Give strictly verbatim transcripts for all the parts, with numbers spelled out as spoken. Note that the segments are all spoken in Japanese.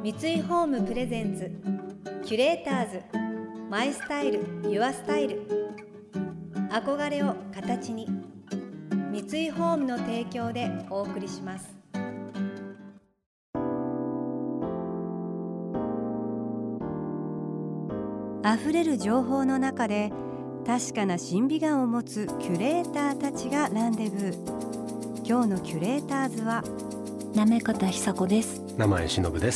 三井ホームプレゼンツキュレーターズマイスタイルユアスタイル、憧れを形に、三井ホームの提供でお送りします。あふれる情報の中で確かな審美眼を持つキュレーターたちがランデブー。今日のキュレーターズは行方久子です。 名前忍です。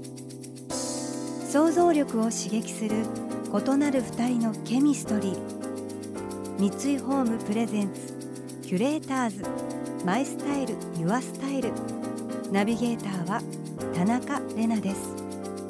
想像力を刺激する異なる二人のケミストリー。三井ホームプレゼンツキュレーターズマイスタイルユアスタイル、ナビゲーターは田中れなです。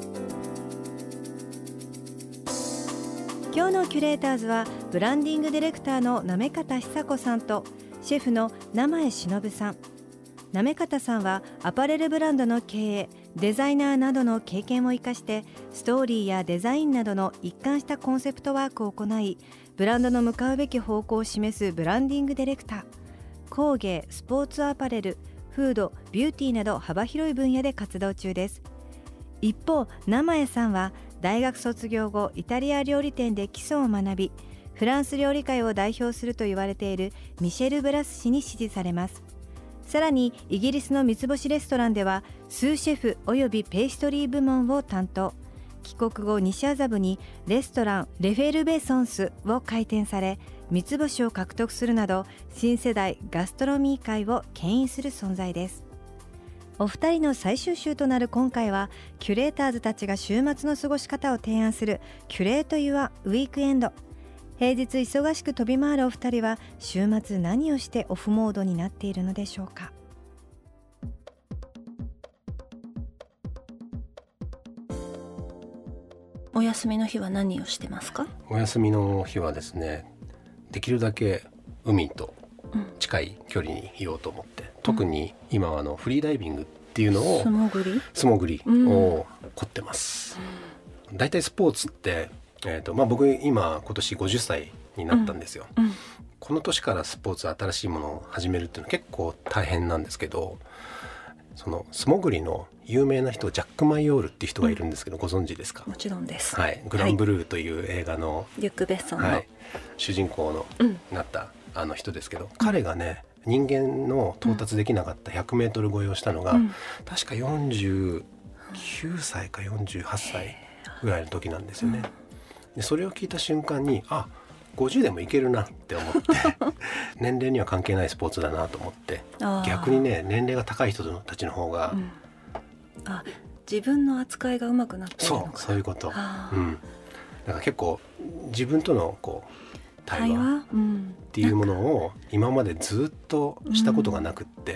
今日のキュレーターズはブランディングディレクターの行方久子さんとシェフの名前忍さん。行方さんはアパレルブランドの経営、デザイナーなどの経験を生かしてストーリーやデザインなどの一貫したコンセプトワークを行い、ブランドの向かうべき方向を示すブランディングディレクター。工芸、スポーツアパレル、フード、ビューティーなど幅広い分野で活動中です。一方、名前さんは大学卒業後イタリア料理店で基礎を学び、フランス料理界を代表すると言われているミシェル・ブラス氏に支持されます。さらにイギリスの三つ星レストランではスーシェフおよびペーストリー部門を担当。帰国後西麻布にレストランレフェルベソンスを開店され、三つ星を獲得するなど新世代ガストロミー界を牽引する存在です。お二人の最終週となる今回は、キュレーターズたちが週末の過ごし方を提案するキュレートユアウィークエンド。平日忙しく飛び回るお二人は週末何をしてオフモードになっているのでしょうか。 お休みの日は何をしてますか？ お休みの日はですね、できるだけ海と近い距離にいようと思って、うん、特に今はあのフリーダイビングっていうのを素潜り素潜りを凝ってます、うん、だいたいスポーツって、えーとまあ、僕今今年ごじゅっさいになったんですよ、うんうん、この年からスポーツ新しいものを始めるっていうのは結構大変なんですけど、その素潜りの有名な人、ジャック・マイオールっていう人がいるんですけど、うん、ご存知ですか？ もちろんです、 はい、グランブルーという映画の、はい、 リュック・ベッソンの、 はい、主人公の、うん、なったあの人ですけど、彼がね、人間の到達できなかったひゃくメートル超えをしたのが、うん、確かよんじゅうきゅうさいかよんじゅうはっさいぐらいの時なんですよね、うん、でそれを聞いた瞬間に、あ、ごじゅうでもいけるなって思って年齢には関係ないスポーツだなと思って、逆にね、年齢が高い人たちの方が、うん、 あ、自分の扱いが上手くなってるのかな。 そう、そういうこと、うん、だから結構自分とのこう対話っていうものを今までずっとしたことがなくって、うん、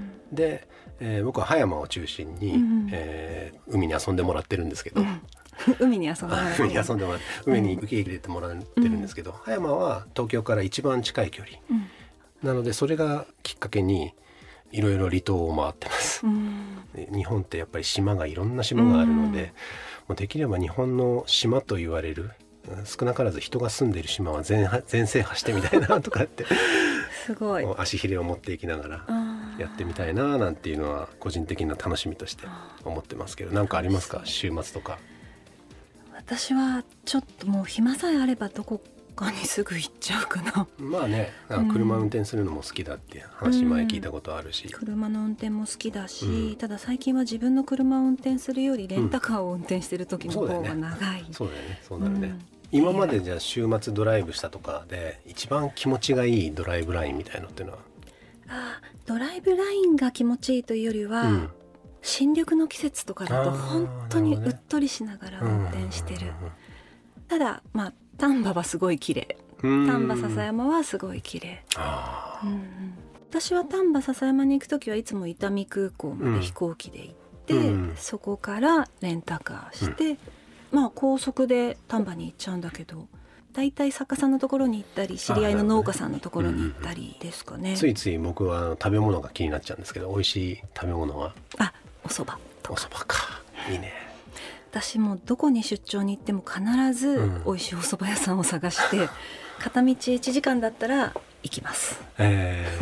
で、えー、僕は葉山を中心に、うん、えー、海に遊んでもらってるんですけど、うん、 海に遊んでもらって海に遊んでもらって海に受け入れてもらってるんですけど、うん、葉山は東京から一番近い距離、うん、なのでそれがきっかけにいろいろ離島を回ってます、うん、日本ってやっぱり島がいろんな島があるので、うん、もうできれば日本の島と言われる少なからず人が住んでいる島は 全, 全制覇してみたいなとかってすごい足ひれを持っていきながらやってみたいななんていうのは個人的な楽しみとして思ってますけど、何かありますか？週末とか。 私はちょっともう暇さえあればどこかにすぐ行っちゃうかな。 まあね、車運転するのも好きだって話前聞いたことあるし、うん、 車の運転も好きだし、うん、ただ最近は自分の車を運転するよりレンタカーを運転してる時の方が長い、 うん、そうだよね、そうだよね、うん、今までじゃあ週末ドライブしたとかで一番気持ちがいいドライブラインみたいのっていうのは？ あ、ドライブラインが気持ちいいというよりは、うん、新緑の季節とかだと本当にうっとりしながら運転してる、ただまあ丹波はすごい綺麗、丹波篠山はすごい綺麗、あ、うんうん、私は丹波篠山に行くときはいつも伊丹空港まで飛行機で行って、うん、そこからレンタカーして、うん、まあ高速で丹波に行っちゃうんだけど、だいたい作家さんのところに行ったり知り合いの農家さんのところに行ったりですかね。 ついつい僕は食べ物が気になっちゃうんですけど、美味しい食べ物は？ あ、お蕎麦とか。 お蕎麦か、いいね。 私もどこに出張に行っても必ず美味しいお蕎麦屋さんを探して、うん、片道いちじかんだったら行きます。 え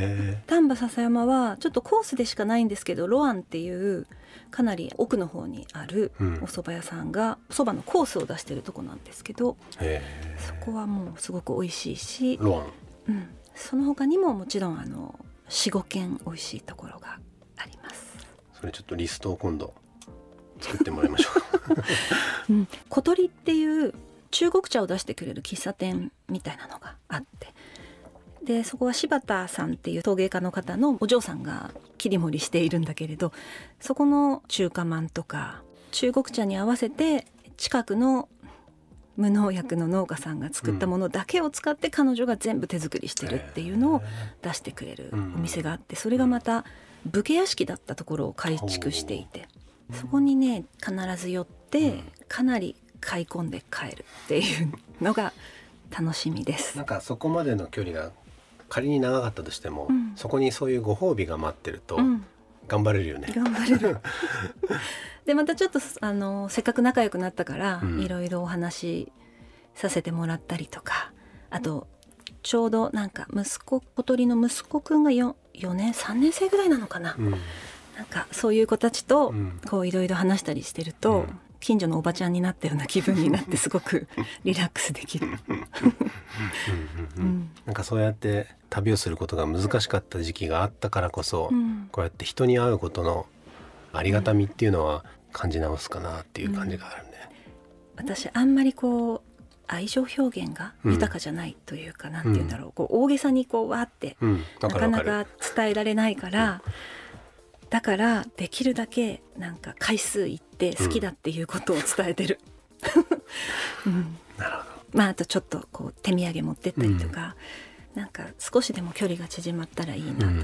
丹波篠山はちょっとコースでしかないんですけど、ロアンっていうかなり奥の方にあるお蕎麦屋さんがお蕎麦のコースを出してるとこなんですけど、そこはもうすごく美味しいし、 ロアン、 うん、その他にももちろんあの よん,ご 軒美味しいところがあります。 それちょっとリストを今度作ってもらいましょう、うん、小鳥っていう中国茶を出してくれる喫茶店みたいなのがあって、でそこは柴田さんっていう陶芸家の方のお嬢さんが切り盛りしているんだけれど、そこの中華まんとか中国茶に合わせて近くの無農薬の農家さんが作ったものだけを使って彼女が全部手作りしてるっていうのを出してくれるお店があって、それがまた武家屋敷だったところを改築していて、そこにね必ず寄ってかなり買い込んで帰るっていうのが楽しみです。 なんかそこまでの距離が仮に長かったとしても、うん、そこにそういうご褒美が待ってると頑張れるよね、 うん、頑張れるでまたちょっとあのせっかく仲良くなったから、うん、いろいろお話しさせてもらったりとか、あとちょうどなんか息子小鳥の息子くんが 4, 4年さんねん生ぐらいなのかな、うん、なんかそういう子たちとこういろいろ話したりしてると、うん、近所のおばちゃんになったような気分になってすごくリラックスできるうん、なんかそうやって旅をすることが難しかった時期があったからこそ、うん、こうやって人に会うことのありがたみっていうのは感じ直すかなっていう感じがあるね、 うん、私あんまりこう愛情表現が豊かじゃないというか、うん、なんていうんだろう、こう大げさにこうわーって、うん、なかなか伝えられないから、うん、だからできるだけなんか回数いって好きだっていうことを伝えてる、 うん、なるほど。 まあ、あとちょっとこう手土産持ってったりとか、うん、なんか少しでも距離が縮まったらいいなと思って、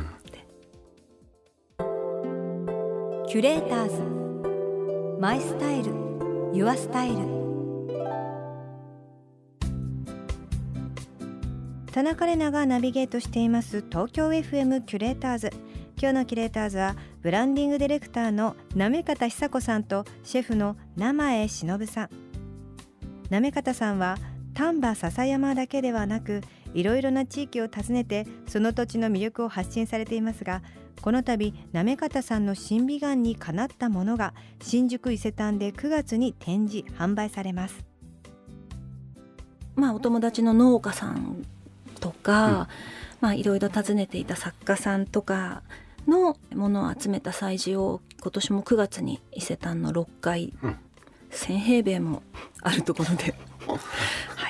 うん、キュレーターズマイスタイルユアスタイル。田中玲奈がナビゲートしています東京 エフエム キュレーターズ。今日のキュレーターズはブランディングディレクターの行方久子さんとシェフの生江忍さん。行方さんは丹波篠山だけではなくいろいろな地域を訪ねてその土地の魅力を発信されていますが、この度行方さんの審美眼にかなったものが新宿伊勢丹でくがつに展示販売されます。 まあ、お友達の農家さんとか、うん、まあ、いろいろ訪ねていた作家さんとかのものを集めた催事を今年もくがつに伊勢丹のろっかい、うん、せんへいべいもあるところで、はい、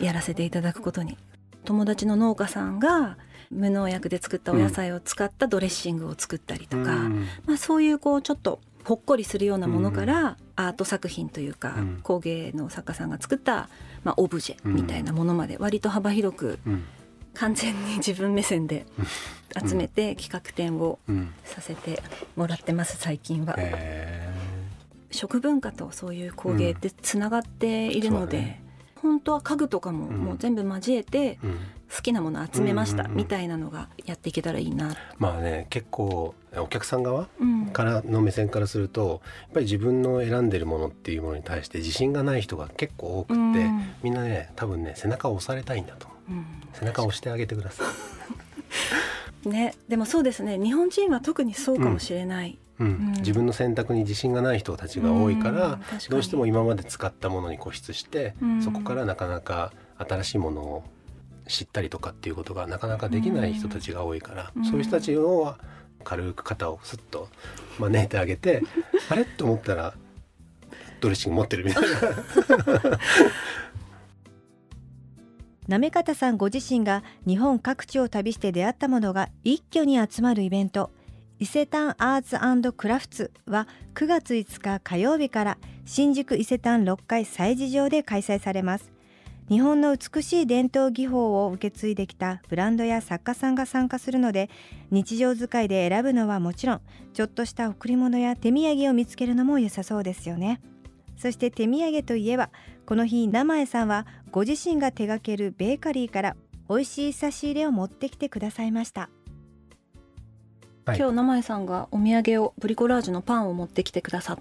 やらせていただくことに。友達の農家さんが無農薬で作ったお野菜を使ったドレッシングを作ったりとか、うん、まあ、そういうこうちょっとほっこりするようなものから、うん、アート作品というか、うん、工芸の作家さんが作った、まあ、オブジェみたいなものまで割と幅広く、うん、完全に自分目線で集めて企画展をさせてもらってます。最近は食文化とそういう工芸ってつながっているので、うんね、本当は家具とかももう全部交えて好きなもの集めましたみたいなのがやっていけたらいいな、うんうんうん、 まあね、結構お客さん側からの目線からすると、やっぱり自分の選んでるものっていうものに対して自信がない人が結構多くて、うん、みんなね多分ね背中を押されたいんだと、うん、背中を押してあげてくださいね。でもそうですね、日本人は特にそうかもしれない、 うんうん、自分の選択に自信がない人たちが多いから、うん、どうしても今まで使ったものに固執して、うん、そこからなかなか新しいものを知ったりとかっていうことがなかなかできない人たちが多いから、うん、そういう人たちを軽く肩をスッと招いてあげてあれと思ったらドレッシング持ってるみたいな行方さんご自身が日本各地を旅して出会ったものが一挙に集まるイベント、伊勢丹アーツ&クラフツはくがついつか火曜日から新宿伊勢丹ろっかい催事場で開催されます。日本の美しい伝統技法を受け継いできたブランドや作家さんが参加するので、日常使いで選ぶのはもちろん、ちょっとした贈り物や手土産を見つけるのも良さそうですよね。そして手土産といえば、この日生江さんはご自身が手掛けるベーカリーから美味しい差し入れを持ってきてくださいました。 はい、今日生江さんがお土産をブリコラージュのパンを持ってきてくださって、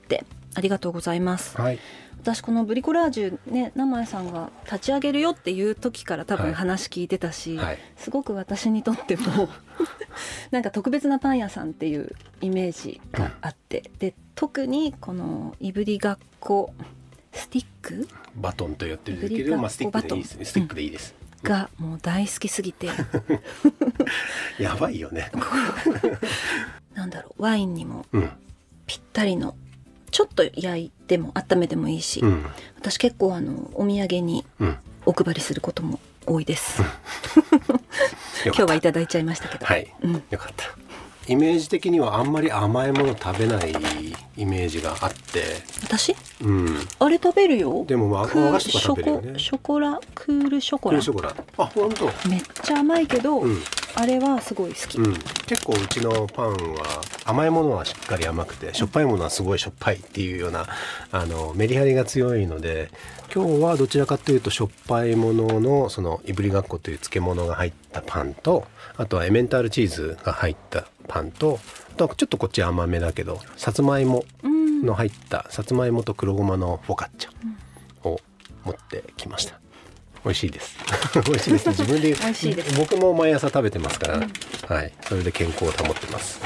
ありがとうございます、 はい、 私このブリコラージュね、名前さんが立ち上げるよっていう時から多分話聞いてたし、 はいはい、 すごく私にとってもなんか特別なパン屋さんっていうイメージがあって、うん、で特にこのいぶりがっこスティックバトンとやってるけど、まあ、スティックでいいですね。スティックでいいです、 うん、がもう大好きすぎてやばいよねなんだろう、ワインにもぴったりの、ちょっと焼いても温めてもいいし、うん、私結構あのお土産にお配りすることも多いです、うん、今日はいただいちゃいましたけど、 はい、うん、よかった。イメージ的にはあんまり甘いもの食べないイメージがあって。 私、 うん、 あれ食べるよ。 でも和菓子とか食べるよね。 ショコラクールショコラ、 クールショコラ、あ、本当。 めっちゃ甘いけど、うん、あれはすごい好き、うん、 結構うちのパンは甘いものはしっかり甘くて、しょっぱいものはすごいしょっぱいっていうようなあのメリハリが強いので、今日はどちらかというとしょっぱいもののそのいぶりがっこという漬物が入ったパンと、あとはエメンタールチーズが入ったパンと、あとはちょっとこっち甘めだけどさつまいもの入ったさつまいもと黒ごまのフォカッチャを持ってきました。美味しいです美味しいです。自分で美味しいです。 僕も毎朝食べてますから、うん、はい、それで健康を保ってます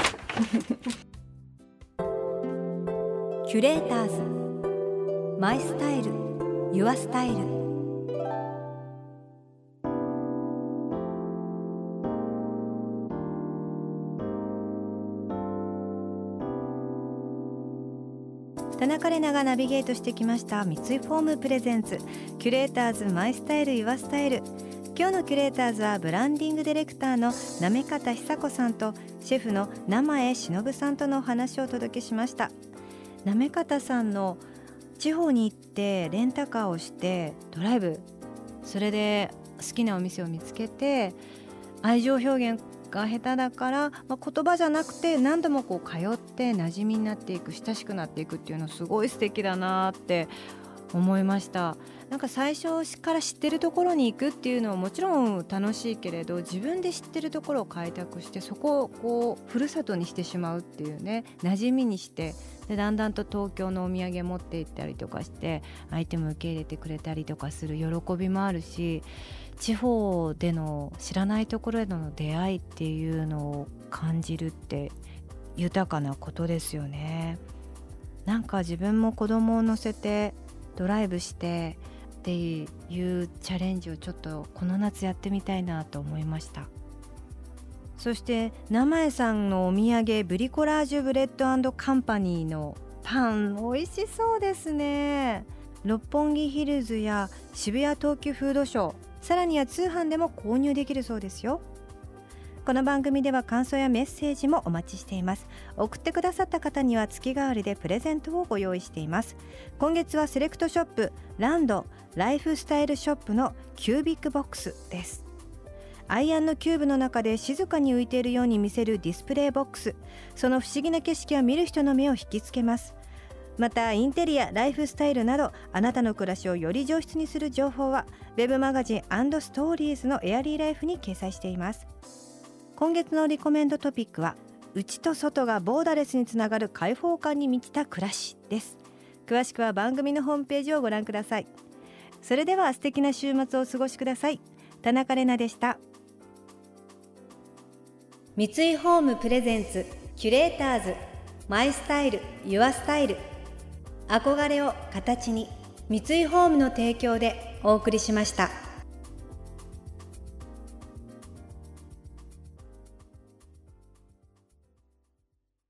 キュレーターズマイスタイルユアスタイル。田中玲奈がナビゲートしてきました三井フォームプレゼンツキュレーターズマイスタイルユアスタイル。今日のキュレーターズはブランディングディレクターの行方久子さんとシェフの生江忍さんとのお話をお届けしました。行方さんの地方に行ってレンタカーをしてドライブ、それで好きなお店を見つけて、愛情表現が下手だから、まあ、言葉じゃなくて何度もこう通って馴染みになっていく、親しくなっていくっていうのすごい素敵だなって思いました。なんか最初から知ってるところに行くっていうのはもちろん楽しいけれど、自分で知ってるところを開拓してそこをこうふるさとにしてしまうっていうね、馴染みにして、でだんだんと東京のお土産持って行ったりとかして相手も受け入れてくれたりとかする喜びもあるし、地方での知らないところでの出会いっていうのを感じるって豊かなことですよね。なんか自分も子供を乗せてドライブしてっていうチャレンジをちょっとこの夏やってみたいなと思いました。そして生江さんのお土産ブリコラージュブレッド&カンパニーのパン美味しそうですね。六本木ヒルズや渋谷東急フードショー、さらには通販でも購入できるそうですよ。この番組では感想やメッセージもお待ちしています。送ってくださった方には月替わりでプレゼントをご用意しています。今月はセレクトショップランドライフスタイルショップのキュービックボックスです。アイアンのキューブの中で静かに浮いているように見せるディスプレイボックス、その不思議な景色は見る人の目を引きつけます。またインテリア、ライフスタイルなどあなたの暮らしをより上質にする情報はウェブマガジン&ストーリーズのエアリーライフに掲載しています。今月のリコメンドトピックは内と外がボーダーレスにつながる開放感に満ちた暮らしです。詳しくは番組のホームページをご覧ください。それでは素敵な週末をお過ごしください。田中玲奈でした。三井ホームプレゼンツキュレーターズマイスタイルユアスタイル。憧れを形に、三井ホームの提供でお送りしました。